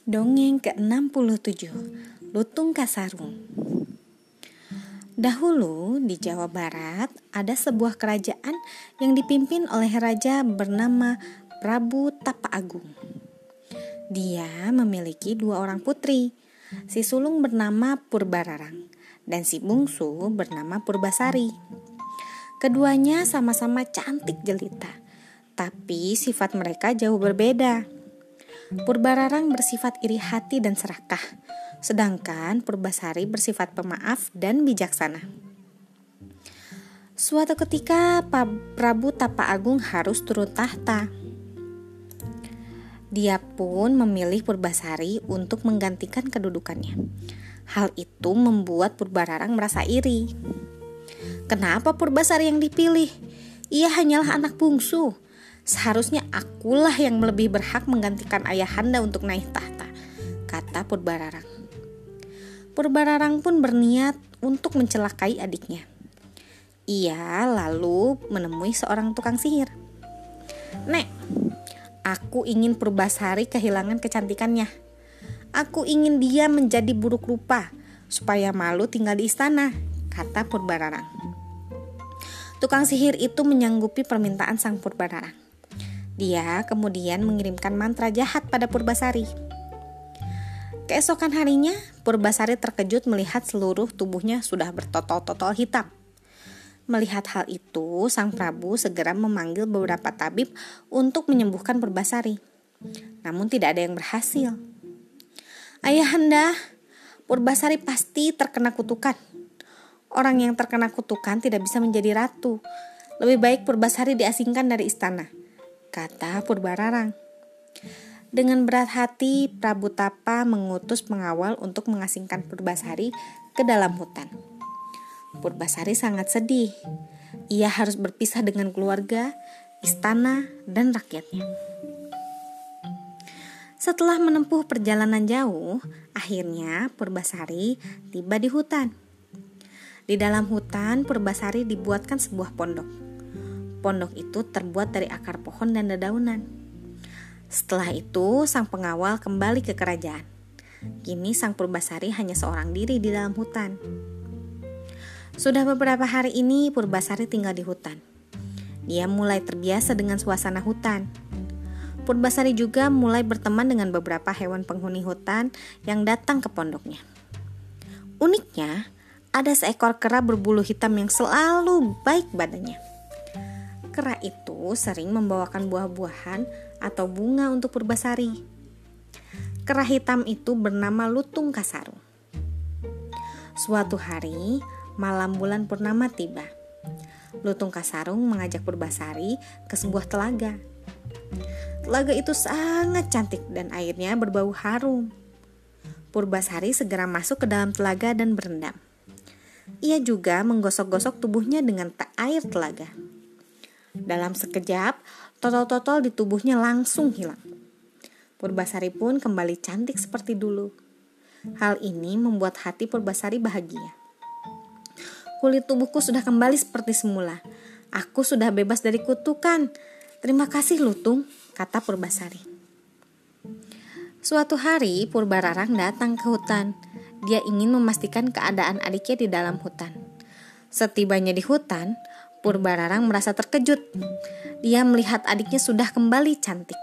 Dongeng ke-67, Lutung Kasarung. Dahulu di Jawa Barat ada sebuah kerajaan yang dipimpin oleh raja bernama Prabu Tapa Agung. Dia memiliki 2 orang putri, si sulung bernama Purbararang dan si bungsu bernama Purbasari. Keduanya sama-sama cantik jelita, tapi sifat mereka jauh berbeda. Purbararang bersifat iri hati dan serakah, sedangkan Purbasari bersifat pemaaf dan bijaksana. Suatu ketika Prabu Tapa Agung harus turun tahta. Dia pun memilih Purbasari untuk menggantikan kedudukannya. Hal itu membuat Purbararang merasa iri. Kenapa Purbasari yang dipilih? Ia hanyalah anak bungsu. Seharusnya akulah yang lebih berhak menggantikan ayahanda untuk naik tahta, kata Purbararang. Purbararang pun berniat untuk mencelakai adiknya. Ia lalu menemui seorang tukang sihir. "Nek, aku ingin Purbasari kehilangan kecantikannya. Aku ingin dia menjadi buruk rupa, supaya malu tinggal di istana," kata Purbararang. Tukang sihir itu menyanggupi permintaan sang Purbararang. Dia kemudian mengirimkan mantra jahat pada Purbasari. Keesokan harinya, Purbasari terkejut melihat seluruh tubuhnya sudah bertotol-totol hitam. Melihat hal itu, sang Prabu segera memanggil beberapa tabib untuk menyembuhkan Purbasari. Namun tidak ada yang berhasil. "Ayahanda, Purbasari pasti terkena kutukan. Orang yang terkena kutukan tidak bisa menjadi ratu. Lebih baik Purbasari diasingkan dari istana," kata Purbararang. Dengan berat hati, Prabu Tapa mengutus pengawal untuk mengasingkan Purbasari ke dalam hutan. Purbasari sangat sedih. Ia harus berpisah dengan keluarga, istana, dan rakyatnya. Setelah menempuh perjalanan jauh, akhirnya Purbasari tiba di hutan. Di dalam hutan, Purbasari dibuatkan sebuah pondok. Pondok itu terbuat dari akar pohon dan dedaunan. Setelah itu, sang pengawal kembali ke kerajaan. Kini sang Purbasari hanya seorang diri di dalam hutan. Sudah beberapa hari ini Purbasari tinggal di hutan. Dia mulai terbiasa dengan suasana hutan. Purbasari juga mulai berteman dengan beberapa hewan penghuni hutan yang datang ke pondoknya. Uniknya, ada seekor kera berbulu hitam yang selalu baik badannya. Kera itu sering membawakan buah-buahan atau bunga untuk Purbasari. Kera hitam itu bernama Lutung Kasarung. Suatu hari, malam bulan purnama tiba. Lutung Kasarung mengajak Purbasari ke sebuah telaga. Telaga itu sangat cantik dan airnya berbau harum. Purbasari segera masuk ke dalam telaga dan berendam. Ia juga menggosok-gosok tubuhnya dengan air telaga. Dalam sekejap, totol-totol di tubuhnya langsung hilang. Purbasari pun kembali cantik seperti dulu. Hal ini membuat hati Purbasari bahagia. "Kulit tubuhku sudah kembali seperti semula. Aku sudah bebas dari kutukan. Terima kasih Lutung," kata Purbasari. Suatu hari, Purbararang datang ke hutan. Dia ingin memastikan keadaan adiknya di dalam hutan. Setibanya di hutan, Purbararang merasa terkejut. Dia melihat adiknya sudah kembali cantik.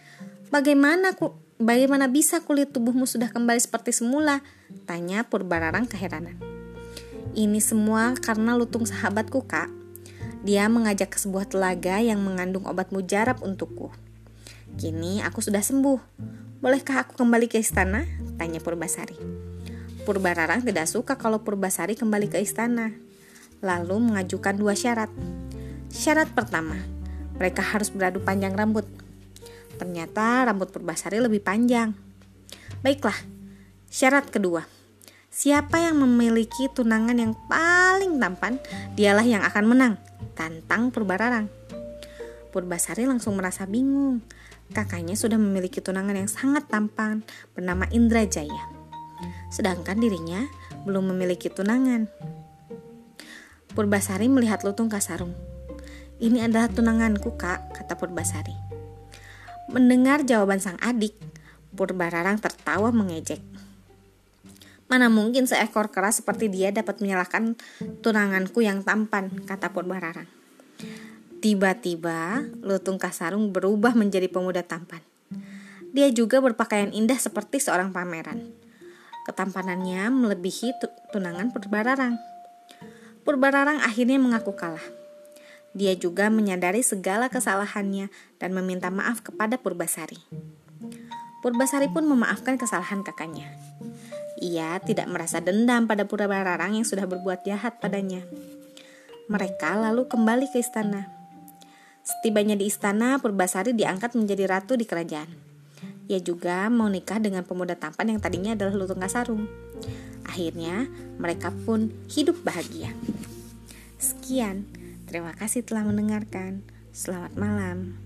Bagaimana bisa kulit tubuhmu sudah kembali seperti semula?" tanya Purbararang keheranan. "Ini semua karena Lutung sahabatku, Kak. Dia mengajak ke sebuah telaga yang mengandung obat mujarab untukku. Kini aku sudah sembuh. Bolehkah aku kembali ke istana?" tanya Purbasari. Purbararang tidak suka kalau Purbasari kembali ke istana, lalu mengajukan 2 syarat. Syarat pertama, mereka harus beradu panjang rambut. Ternyata rambut Purbasari lebih panjang. Baiklah, syarat kedua, siapa yang memiliki tunangan yang paling tampan, dialah yang akan menang, tantang Purbararang. Purbasari langsung merasa bingung. Kakaknya sudah memiliki tunangan yang sangat tampan bernama Indrajaya, sedangkan dirinya belum memiliki tunangan. Purbasari melihat Lutung Kasarung. "Ini adalah tunanganku, Kak," kata Purbasari. Mendengar jawaban sang adik, Purbararang tertawa mengejek. Mana mungkin seekor kera seperti dia dapat menyalahkan tunanganku yang tampan, kata Purbararang. Tiba-tiba Lutung Kasarung berubah menjadi pemuda tampan. Dia juga berpakaian indah seperti seorang pangeran. Ketampanannya melebihi tunangan Purbararang. Purbararang akhirnya mengaku kalah. Dia juga menyadari segala kesalahannya dan meminta maaf kepada Purbasari. Purbasari pun memaafkan kesalahan kakaknya. Ia tidak merasa dendam pada Purbararang yang sudah berbuat jahat padanya. Mereka lalu kembali ke istana. Setibanya di istana, Purbasari diangkat menjadi ratu di kerajaan. Ia juga mau nikah dengan pemuda tampan yang tadinya adalah Lutung Kasarung. Akhirnya mereka pun hidup bahagia. Sekian, terima kasih telah mendengarkan. Selamat malam.